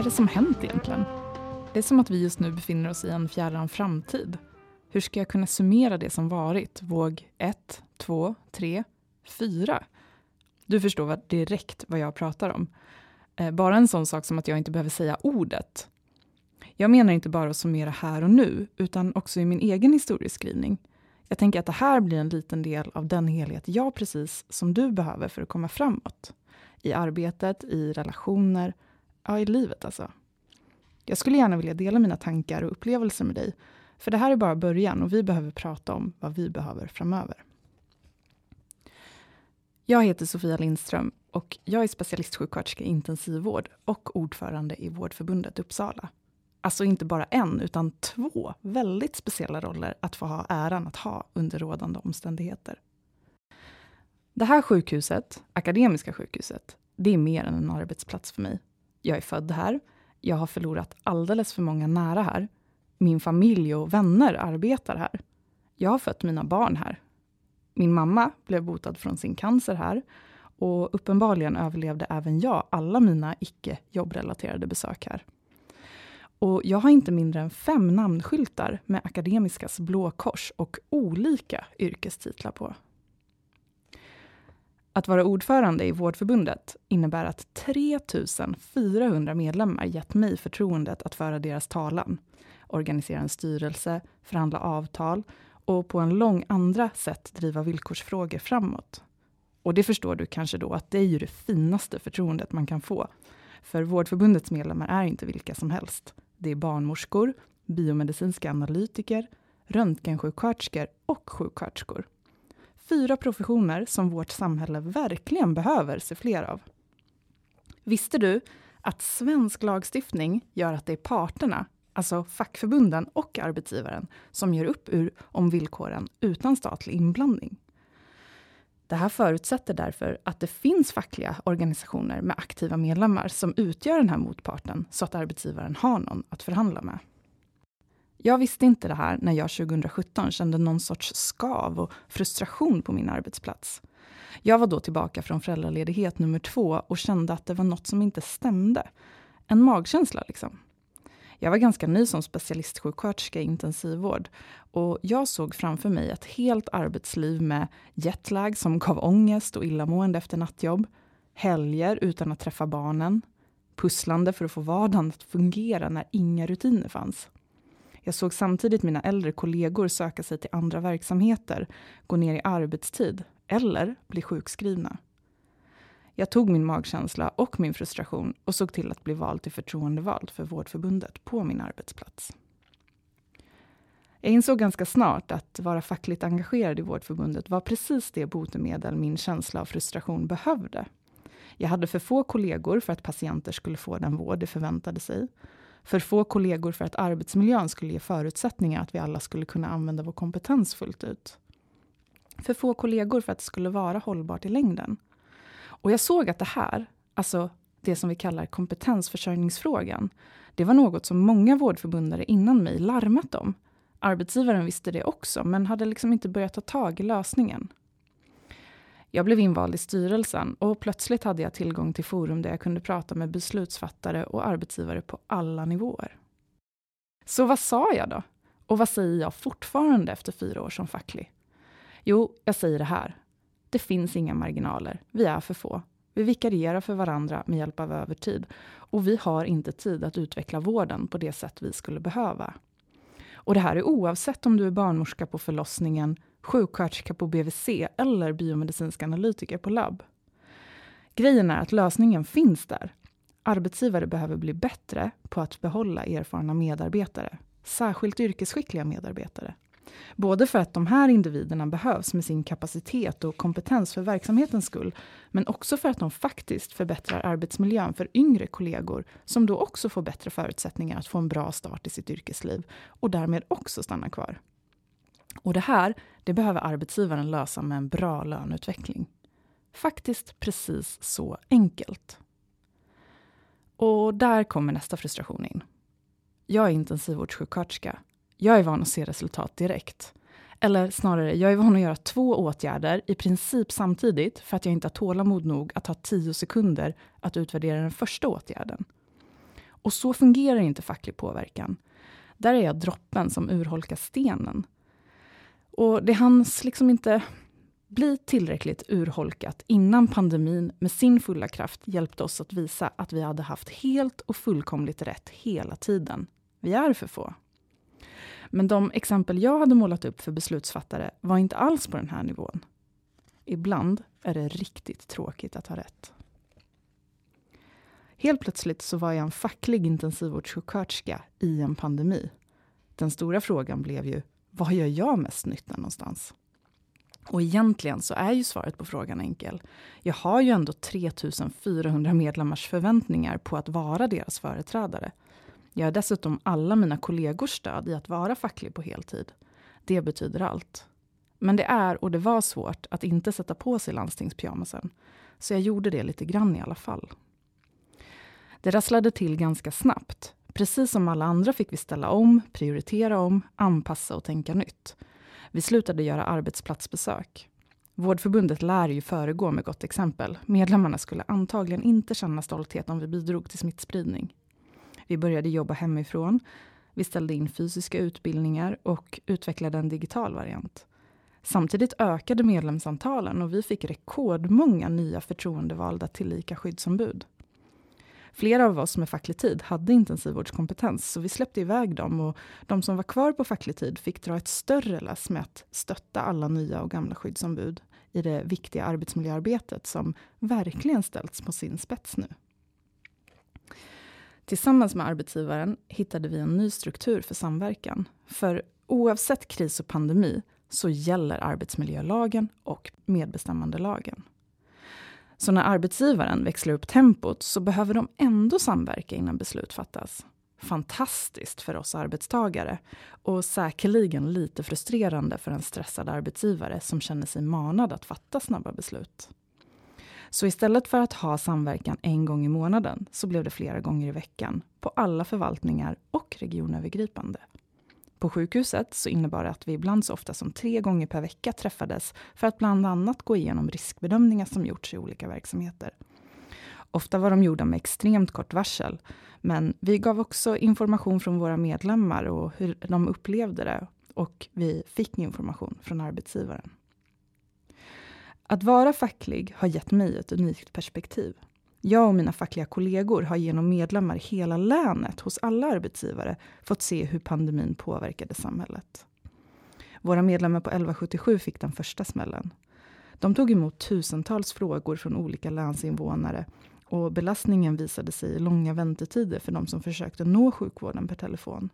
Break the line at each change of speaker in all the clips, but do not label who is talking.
det som hänt egentligen? Det är som att vi just nu befinner oss i en fjärran framtid. Hur ska jag kunna summera det som varit? Våg 1, 2, 3, 4. Du förstår direkt vad jag pratar om. Bara en sån sak som att jag inte behöver säga ordet. Jag menar inte bara att summera här och nu, utan också i min egen historieskrivning. Jag tänker att det här blir en liten del av den helhet jag precis som du behöver för att komma framåt. I arbetet, i relationer, ja, i livet alltså. Jag skulle gärna vilja dela mina tankar och upplevelser med dig. För det här är bara början och vi behöver prata om vad vi behöver framöver. Jag heter Sofia Lindström och jag är specialistsjuksköterska i intensivvård och ordförande i Vårdförbundet Uppsala. Alltså inte bara en utan 2 väldigt speciella roller att få ha äran att ha under rådande omständigheter. Det här sjukhuset, Akademiska sjukhuset, det är mer än en arbetsplats för mig. Jag är född här, jag har förlorat alldeles för många nära här. Min familj och vänner arbetar här. Jag har fött mina barn här. Min mamma blev botad från sin cancer här och uppenbarligen överlevde även jag alla mina icke-jobbrelaterade besök här. Och jag har inte mindre än 5 namnskyltar med Akademiskas blå kors och olika yrkestitlar på. Att vara ordförande i Vårdförbundet innebär att 3400 medlemmar gett mig förtroendet att föra deras talan, organisera en styrelse, förhandla avtal och på en lång andra sätt driva villkorsfrågor framåt. Och det förstår du kanske då att det är ju det finaste förtroendet man kan få. För Vårdförbundets medlemmar är inte vilka som helst. Det är barnmorskor, biomedicinska analytiker, röntgensjuksköterskor och sjuksköterskor. 4 professioner som vårt samhälle verkligen behöver se fler av. Visste du att svensk lagstiftning gör att det är parterna, alltså fackförbunden och arbetsgivaren, som gör upp om villkoren utan statlig inblandning? Det här förutsätter därför att det finns fackliga organisationer med aktiva medlemmar som utgör den här motparten så att arbetsgivaren har någon att förhandla med. Jag visste inte det här när jag 2017 kände någon sorts skav och frustration på min arbetsplats. Jag var då tillbaka från föräldraledighet nummer 2 och kände att det var något som inte stämde. En magkänsla liksom. Jag var ganska ny som specialistsjuksköterska i intensivvård och jag såg framför mig ett helt arbetsliv med jetlag som gav ångest och illamående efter nattjobb, helger utan att träffa barnen, pusslande för att få vardagen att fungera när inga rutiner fanns. Jag såg samtidigt mina äldre kollegor söka sig till andra verksamheter, gå ner i arbetstid eller bli sjukskrivna. Jag tog min magkänsla och min frustration och såg till att bli vald till förtroendevald för Vårdförbundet på min arbetsplats. Jag insåg ganska snart att vara fackligt engagerad i Vårdförbundet var precis det botemedel min känsla av frustration behövde. Jag hade för få kollegor för att patienter skulle få den vård de förväntade sig. För få kollegor för att arbetsmiljön skulle ge förutsättningar att vi alla skulle kunna använda vår kompetens fullt ut. För få kollegor för att det skulle vara hållbart i längden. Och jag såg att det här, alltså det som vi kallar kompetensförsörjningsfrågan, det var något som många vårdförbundare innan mig larmat om. Arbetsgivaren visste det också, men hade liksom inte börjat ta tag i lösningen. Jag blev invald i styrelsen och plötsligt hade jag tillgång till forum där jag kunde prata med beslutsfattare och arbetsgivare på alla nivåer. Så vad sa jag då? Och vad säger jag fortfarande efter 4 år som facklig? Jo, jag säger det här. Det finns inga marginaler. Vi är för få. Vi vikarierar för varandra med hjälp av övertid. Och vi har inte tid att utveckla vården på det sätt vi skulle behöva. Och det här är oavsett om du är barnmorska på förlossningen, sjuksköterska på BVC eller biomedicinsk analytiker på labb. Grejen är att lösningen finns där. Arbetsgivare behöver bli bättre på att behålla erfarna medarbetare. Särskilt yrkesskickliga medarbetare. Både för att de här individerna behövs med sin kapacitet och kompetens för verksamhetens skull, men också för att de faktiskt förbättrar arbetsmiljön för yngre kollegor som då också får bättre förutsättningar att få en bra start i sitt yrkesliv och därmed också stanna kvar. Och det här, det behöver arbetsgivaren lösa med en bra löneutveckling. Faktiskt precis så enkelt. Och där kommer nästa frustration in. Jag är intensivvårdssjuksköterska. Jag är van att se resultat direkt. Eller snarare, jag är van att göra 2 åtgärder i princip samtidigt för att jag inte har tålamod nog att ha 10 sekunder att utvärdera den första åtgärden. Och så fungerar inte facklig påverkan. Där är jag droppen som urholkar stenen. Och det hanns liksom inte bli tillräckligt urholkat innan pandemin med sin fulla kraft hjälpte oss att visa att vi hade haft helt och fullkomligt rätt hela tiden. Vi är för få. Men de exempel jag hade målat upp för beslutsfattare var inte alls på den här nivån. Ibland är det riktigt tråkigt att ha rätt. Helt plötsligt så var jag en facklig intensivvårdssjuksköterska i en pandemi. Den stora frågan blev ju, vad gör jag mest nytta någonstans? Och egentligen så är ju svaret på frågan enkel. Jag har ju ändå 3400 medlemmars förväntningar på att vara deras företrädare. Jag har dessutom alla mina kollegors stöd i att vara facklig på heltid. Det betyder allt. Men det är och det var svårt att inte sätta på sig landstingspyjamasen. Så jag gjorde det lite grann i alla fall. Det rasslade till ganska snabbt. Precis som alla andra fick vi ställa om, prioritera om, anpassa och tänka nytt. Vi slutade göra arbetsplatsbesök. Vårdförbundet lär ju föregå med gott exempel. Medlemmarna skulle antagligen inte känna stolthet om vi bidrog till smittspridning. Vi började jobba hemifrån. Vi ställde in fysiska utbildningar och utvecklade en digital variant. Samtidigt ökade medlemsantalen och vi fick rekordmånga nya förtroendevalda tillika skyddsombud. Flera av oss med facklig tid hade intensivvårdskompetens så vi släppte iväg dem och de som var kvar på facklig tid fick dra ett större lass med att stötta alla nya och gamla skyddsombud i det viktiga arbetsmiljöarbetet som verkligen ställts på sin spets nu. Tillsammans med arbetsgivaren hittade vi en ny struktur för samverkan. För oavsett kris och pandemi så gäller arbetsmiljölagen och medbestämmandelagen. Så när arbetsgivaren växlar upp tempot så behöver de ändå samverka innan beslut fattas. Fantastiskt för oss arbetstagare och säkerligen lite frustrerande för en stressad arbetsgivare som känner sig manad att fatta snabba beslut. Så istället för att ha samverkan en gång i månaden så blev det flera gånger i veckan på alla förvaltningar och regionövergripande. På sjukhuset så innebar det att vi ibland så ofta som 3 gånger per vecka träffades för att bland annat gå igenom riskbedömningar som gjorts i olika verksamheter. Ofta var de gjorda med extremt kort varsel, men vi gav också information från våra medlemmar och hur de upplevde det och vi fick information från arbetsgivaren. Att vara facklig har gett mig ett unikt perspektiv. Jag och mina fackliga kollegor har genom medlemmar i hela länet hos alla arbetsgivare fått se hur pandemin påverkade samhället. Våra medlemmar på 1177 fick den första smällen. De tog emot tusentals frågor från olika länsinvånare och belastningen visade sig i långa väntetider för de som försökte nå sjukvården per telefon.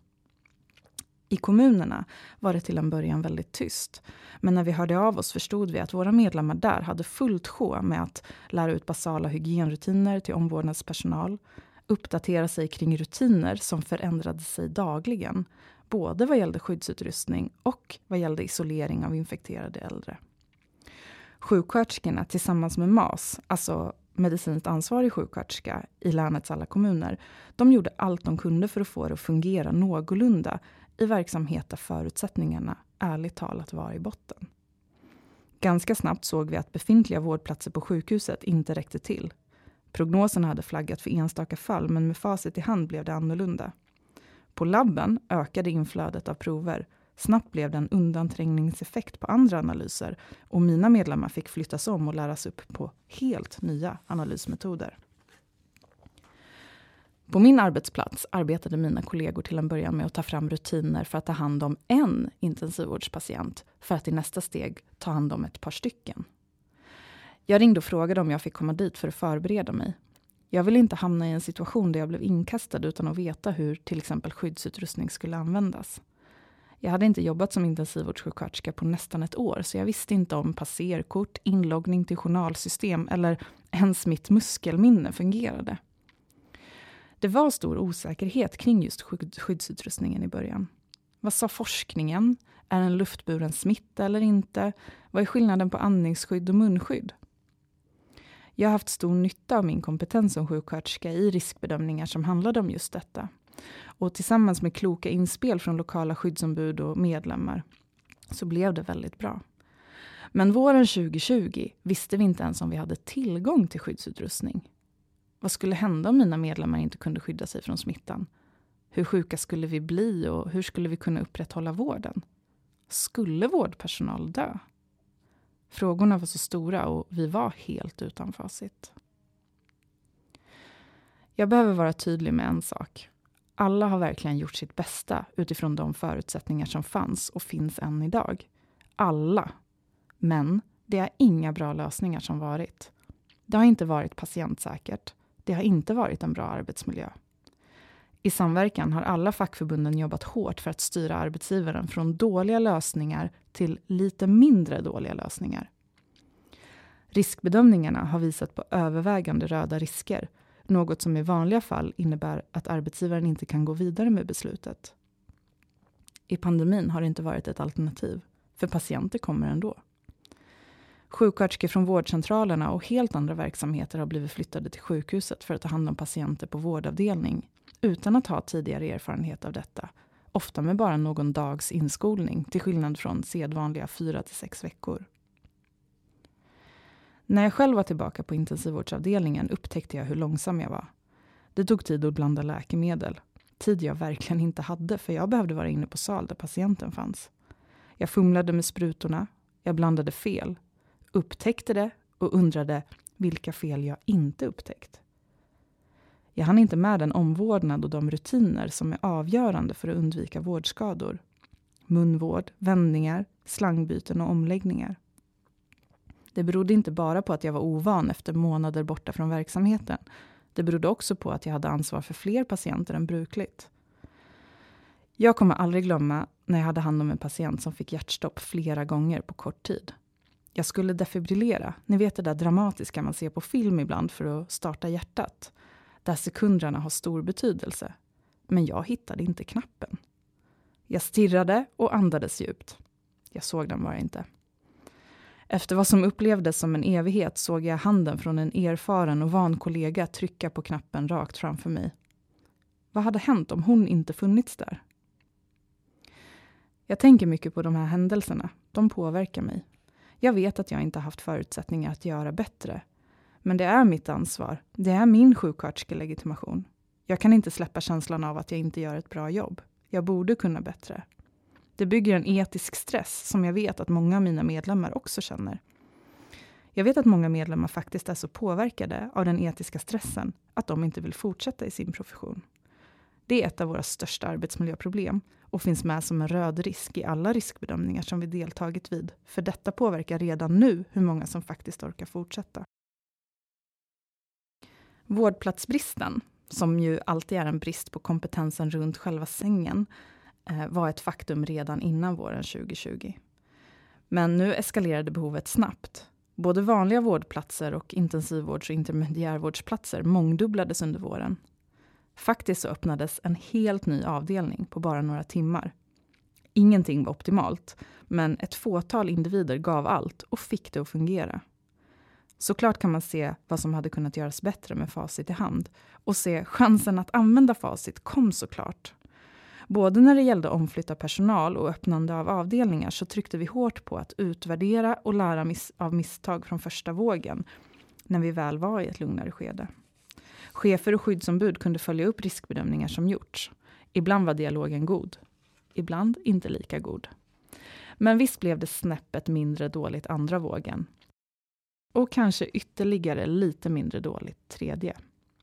I kommunerna var det till en början väldigt tyst. Men när vi hörde av oss förstod vi att våra medlemmar där hade fullt sjå med att lära ut basala hygienrutiner till omvårdnadspersonal. Uppdatera sig kring rutiner som förändrade sig dagligen. Både vad gällde skyddsutrustning och vad gällde isolering av infekterade äldre. Sjuksköterskorna tillsammans med MAS, alltså medicinskt ansvarig sjuksköterska i länets alla kommuner, de gjorde allt de kunde för att få det att fungera någorlunda i verksamhet där förutsättningarna ärligt talat var i botten. Ganska snabbt såg vi att befintliga vårdplatser på sjukhuset inte räckte till. Prognoserna hade flaggat för enstaka fall men med facit i hand blev det annorlunda. På labben ökade inflödet av prover. Snabbt blev det en undanträngningseffekt på andra analyser och mina medlemmar fick flyttas om och läras upp på helt nya analysmetoder. På min arbetsplats arbetade mina kollegor till en början med att ta fram rutiner för att ta hand om en intensivvårdspatient för att i nästa steg ta hand om ett par stycken. Jag ringde och frågade om jag fick komma dit för att förbereda mig. Jag ville inte hamna i en situation där jag blev inkastad utan att veta hur till exempel skyddsutrustning skulle användas. Jag hade inte jobbat som intensivvårdssjuksköterska på nästan ett år så jag visste inte om passerkort, inloggning till journalsystem eller ens mitt muskelminne fungerade. Det var stor osäkerhet kring just skyddsutrustningen i början. Vad sa forskningen? Är en luftburen smitta eller inte? Vad är skillnaden på andningsskydd och munskydd? Jag har haft stor nytta av min kompetens som sjuksköterska i riskbedömningar som handlade om just detta. Och tillsammans med kloka inspel från lokala skyddsombud och medlemmar så blev det väldigt bra. Men våren 2020 visste vi inte ens om vi hade tillgång till skyddsutrustning. Vad skulle hända om mina medlemmar inte kunde skydda sig från smittan? Hur sjuka skulle vi bli och hur skulle vi kunna upprätthålla vården? Skulle vårdpersonal dö? Frågorna var så stora och vi var helt utan facit. Jag behöver vara tydlig med en sak. Alla har verkligen gjort sitt bästa utifrån de förutsättningar som fanns och finns än idag. Alla. Men det är inga bra lösningar som varit. Det har inte varit patientsäkert. Det har inte varit en bra arbetsmiljö. I samverkan har alla fackförbunden jobbat hårt för att styra arbetsgivaren från dåliga lösningar till lite mindre dåliga lösningar. Riskbedömningarna har visat på övervägande röda risker, något som i vanliga fall innebär att arbetsgivaren inte kan gå vidare med beslutet. I pandemin har det inte varit ett alternativ, för patienter kommer ändå. Sjuksköterskor från vårdcentralerna och helt andra verksamheter har blivit flyttade till sjukhuset för att ta hand om patienter på vårdavdelning utan att ha tidigare erfarenhet av detta, ofta med bara någon dags inskolning till skillnad från sedvanliga 4-6 veckor. När jag själv var tillbaka på intensivvårdsavdelningen upptäckte jag hur långsam jag var. Det tog tid att blanda läkemedel. Tid jag verkligen inte hade, för jag behövde vara inne på sal där patienten fanns. Jag fumlade med sprutorna, jag blandade fel, upptäckte det och undrade vilka fel jag inte upptäckt. Jag hann inte med den omvårdnad och de rutiner som är avgörande för att undvika vårdskador. Munvård, vändningar, slangbyten och omläggningar. Det berodde inte bara på att jag var ovan efter månader borta från verksamheten. Det berodde också på att jag hade ansvar för fler patienter än brukligt. Jag kommer aldrig glömma när jag hade hand om en patient som fick hjärtstopp flera gånger på kort tid. Jag skulle defibrillera. Ni vet det där dramatiska man ser på film ibland för att starta hjärtat. Där sekunderna har stor betydelse. Men jag hittade inte knappen. Jag stirrade och andades djupt. Jag såg den bara inte. Efter vad som upplevdes som en evighet såg jag handen från en erfaren och van kollega trycka på knappen rakt framför mig. Vad hade hänt om hon inte funnits där? Jag tänker mycket på de här händelserna. De påverkar mig. Jag vet att jag inte haft förutsättningar att göra bättre. Men det är mitt ansvar. Det är min sjuksköterskelegitimation. Jag kan inte släppa känslan av att jag inte gör ett bra jobb. Jag borde kunna bättre. Det bygger en etisk stress som jag vet att många av mina medlemmar också känner. Jag vet att många medlemmar faktiskt är så påverkade av den etiska stressen att de inte vill fortsätta i sin profession. Det är ett av våra största arbetsmiljöproblem och finns med som en röd risk i alla riskbedömningar som vi deltagit vid. För detta påverkar redan nu hur många som faktiskt orkar fortsätta. Vårdplatsbristen, som ju alltid är en brist på kompetensen runt själva sängen, var ett faktum redan innan våren 2020. Men nu eskalerade behovet snabbt. Både vanliga vårdplatser och intensivvårds- och intermediärvårdsplatser mångdubblades under våren. Faktiskt så öppnades en helt ny avdelning på bara några timmar. Ingenting var optimalt, men ett fåtal individer gav allt och fick det att fungera. Såklart kan man se vad som hade kunnat göras bättre med facit i hand. Och se chansen att använda facit kom såklart. Både när det gällde omflytta personal och öppnande av avdelningar så tryckte vi hårt på att utvärdera och lära av misstag från första vågen när vi väl var i ett lugnare skede. Chefer och skyddsombud kunde följa upp riskbedömningar som gjorts. Ibland var dialogen god. Ibland inte lika god. Men visst blev det snäppet mindre dåligt andra vågen. Och kanske ytterligare lite mindre dåligt tredje.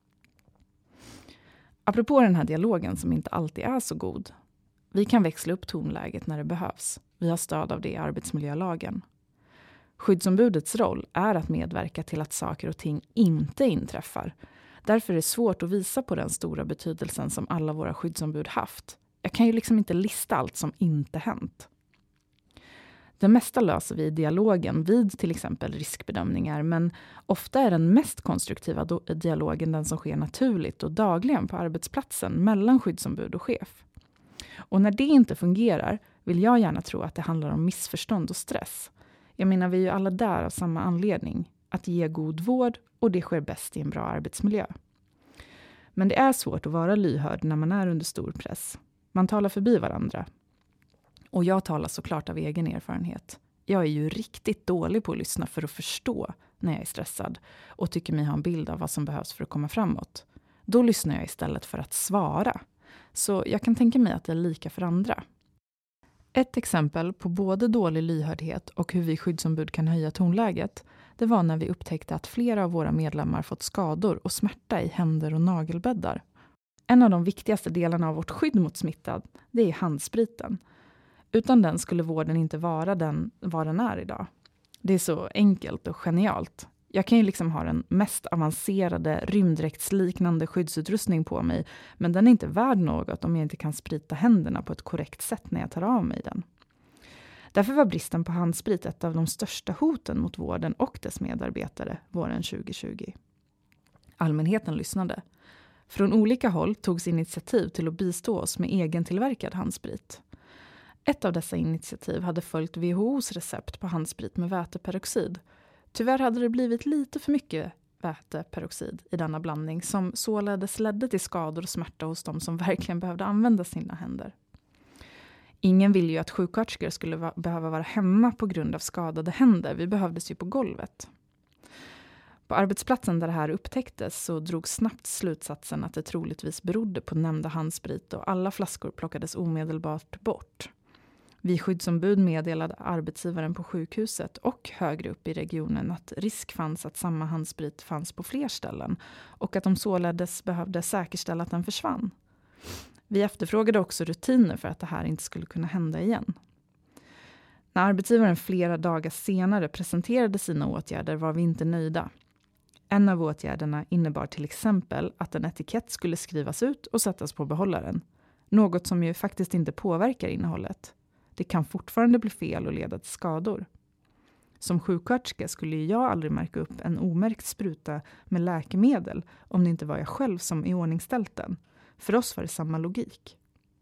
Apropå den här dialogen som inte alltid är så god. Vi kan växla upp tonläget när det behövs. Vi har stöd av det i arbetsmiljölagen. Skyddsombudets roll är att medverka till att saker och ting inte inträffar. Därför är det svårt att visa på den stora betydelsen som alla våra skyddsombud haft. Jag kan ju liksom inte lista allt som inte hänt. Det mesta löser vi i dialogen vid till exempel riskbedömningar, men ofta är den mest konstruktiva dialogen den som sker naturligt och dagligen på arbetsplatsen mellan skyddsombud och chef. Och när det inte fungerar vill jag gärna tro att det handlar om missförstånd och stress. Jag menar, vi är ju alla där av samma anledning, att ge god vård, och det sker bäst i en bra arbetsmiljö. Men det är svårt att vara lyhörd när man är under stor press. Man talar förbi varandra. Och jag talar såklart av egen erfarenhet. Jag är ju riktigt dålig på att lyssna för att förstå när jag är stressad och tycker mig ha en bild av vad som behövs för att komma framåt. Då lyssnar jag istället för att svara. Så jag kan tänka mig att det är lika för andra. Ett exempel på både dålig lyhördhet och hur vi skyddsombud kan höja tonläget, det var när vi upptäckte att flera av våra medlemmar fått skador och smärta i händer och nagelbäddar. En av de viktigaste delarna av vårt skydd mot smitta, det är handspriten. Utan den skulle vården inte vara vad den är idag. Det är så enkelt och genialt. Jag kan ju liksom ha den mest avancerade rymddräktsliknande skyddsutrustning på mig, men den är inte värd något om jag inte kan sprita händerna på ett korrekt sätt när jag tar av mig den. Därför var bristen på handsprit ett av de största hoten mot vården och dess medarbetare våren 2020. Allmänheten lyssnade. Från olika håll togs initiativ till att bistå oss med egentillverkad handsprit. Ett av dessa initiativ hade följt WHO:s recept på handsprit med väteperoxid. Tyvärr hade det blivit lite för mycket väteperoxid i denna blandning som således ledde till skador och smärta hos de som verkligen behövde använda sina händer. Ingen ville ju att sjuksköterskor skulle behöva vara hemma på grund av skadade händer. Vi behövdes ju på golvet. På arbetsplatsen där det här upptäcktes så drog snabbt slutsatsen att det troligtvis berodde på nämnda handsprit och alla flaskor plockades omedelbart bort. Vi skyddsombud meddelade arbetsgivaren på sjukhuset och högre upp i regionen att risk fanns att samma handsprit fanns på fler ställen och att de således behövde säkerställa att den försvann. Vi efterfrågade också rutiner för att det här inte skulle kunna hända igen. När arbetsgivaren flera dagar senare presenterade sina åtgärder var vi inte nöjda. En av åtgärderna innebar till exempel att en etikett skulle skrivas ut och sättas på behållaren. Något som ju faktiskt inte påverkar innehållet. Det kan fortfarande bli fel och leda till skador. Som sjuksköterska skulle jag aldrig märka upp en omärkt spruta med läkemedel om det inte var jag själv som iordningställt den. För oss var det samma logik.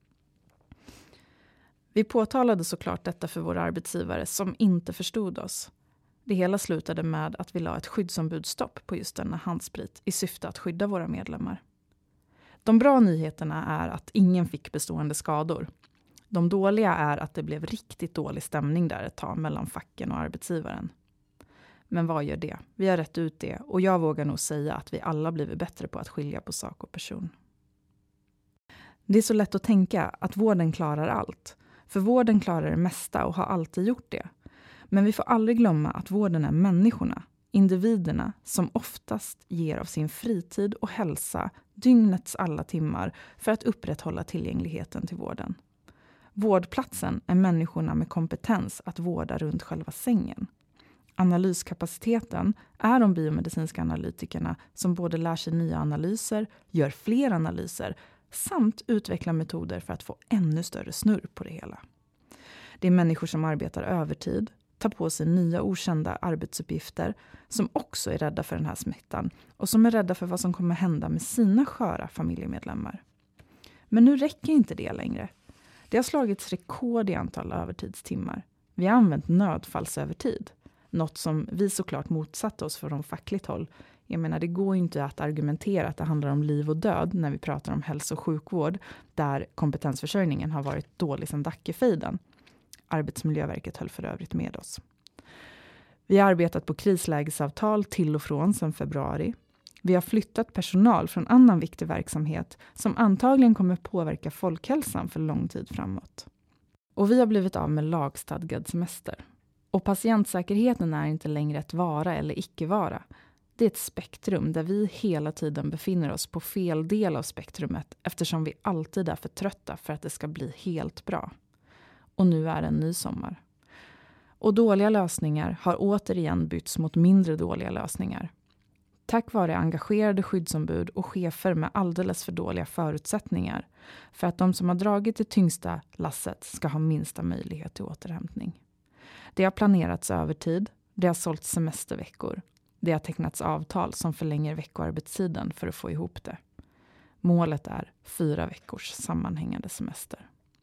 Vi påtalade såklart detta för våra arbetsgivare som inte förstod oss. Det hela slutade med att vi la ett skyddsombudsstopp på just denna handsprit i syfte att skydda våra medlemmar. De bra nyheterna är att ingen fick bestående skador. De dåliga är att det blev riktigt dålig stämning där ett tag mellan facken och arbetsgivaren. Men vad gör det? Vi har rätt ut det och jag vågar nog säga att vi alla blivit bättre på att skilja på sak och person. Det är så lätt att tänka att vården klarar allt. För vården klarar det mesta och har alltid gjort det. Men vi får aldrig glömma att vården är människorna, individerna som oftast ger av sin fritid och hälsa dygnets alla timmar för att upprätthålla tillgängligheten till vården. Vårdplatsen är människorna med kompetens att vårda runt själva sängen. Analyskapaciteten är de biomedicinska analytikerna som både lär sig nya analyser, gör fler analyser samt utvecklar metoder för att få ännu större snurr på det hela. Det är människor som arbetar övertid, tar på sig nya okända arbetsuppgifter som också är rädda för den här smittan och som är rädda för vad som kommer hända med sina sköra familjemedlemmar. Men nu räcker inte det längre. Det har slagits rekord i antal övertidstimmar. Vi har använt nödfallsövertid. Något som vi såklart motsatte oss från fackligt håll. Jag menar, det går ju inte att argumentera att det handlar om liv och död när vi pratar om hälso- och sjukvård där kompetensförsörjningen har varit dålig sedan Dackefejden. Arbetsmiljöverket höll för övrigt med oss. Vi har arbetat på krislägesavtal till och från sedan februari. Vi har flyttat personal från annan viktig verksamhet som antagligen kommer påverka folkhälsan för lång tid framåt. Och vi har blivit av med lagstadgad semester. Och patientsäkerheten är inte längre ett vara eller icke-vara. Det är ett spektrum där vi hela tiden befinner oss på fel del av spektrumet eftersom vi alltid är för trötta för att det ska bli helt bra. Och nu är det en ny sommar. Och dåliga lösningar har återigen bytts mot mindre dåliga lösningar. Tack vare engagerade skyddsombud och chefer med alldeles för dåliga förutsättningar för att de som har dragit det tyngsta lasset ska ha minsta möjlighet till återhämtning. Det har planerats övertid, det har sålts semesterveckor, det har tecknats avtal som förlänger veckoarbetstiden för att få ihop det. Målet är 4 veckors sammanhängande semester.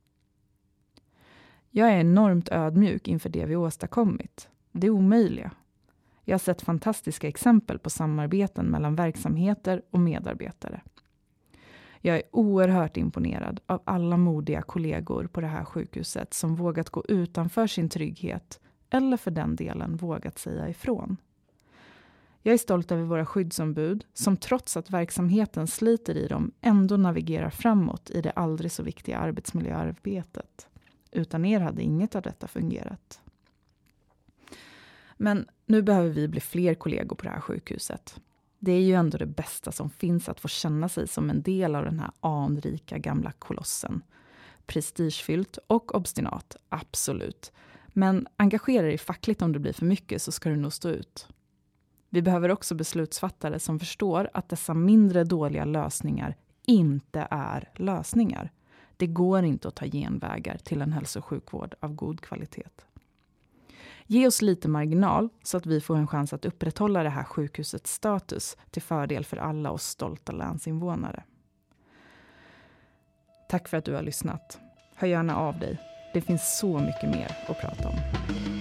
Jag är enormt ödmjuk inför det vi åstadkommit. Det är omöjliga. Jag har sett fantastiska exempel på samarbeten mellan verksamheter och medarbetare. Jag är oerhört imponerad av alla modiga kollegor på det här sjukhuset som vågat gå utanför sin trygghet, eller för den delen vågat säga ifrån. Jag är stolt över våra skyddsombud som trots att verksamheten sliter i dem ändå navigerar framåt i det aldrig så viktiga arbetsmiljöarbetet. Utan er hade inget av detta fungerat. Men nu behöver vi bli fler kollegor på det här sjukhuset. Det är ju ändå det bästa som finns att få känna sig som en del av den här anrika gamla kolossen. Prestigefyllt och obstinat, absolut. Men engagera dig fackligt om det blir för mycket så ska du nog stå ut. Vi behöver också beslutsfattare som förstår att dessa mindre dåliga lösningar inte är lösningar. Det går inte att ta genvägar till en hälso- och sjukvård av god kvalitet. Ge oss lite marginal så att vi får en chans att upprätthålla det här sjukhusets status till fördel för alla oss stolta länsinvånare. Tack för att du har lyssnat. Hör gärna av dig. Det finns så mycket mer att prata om.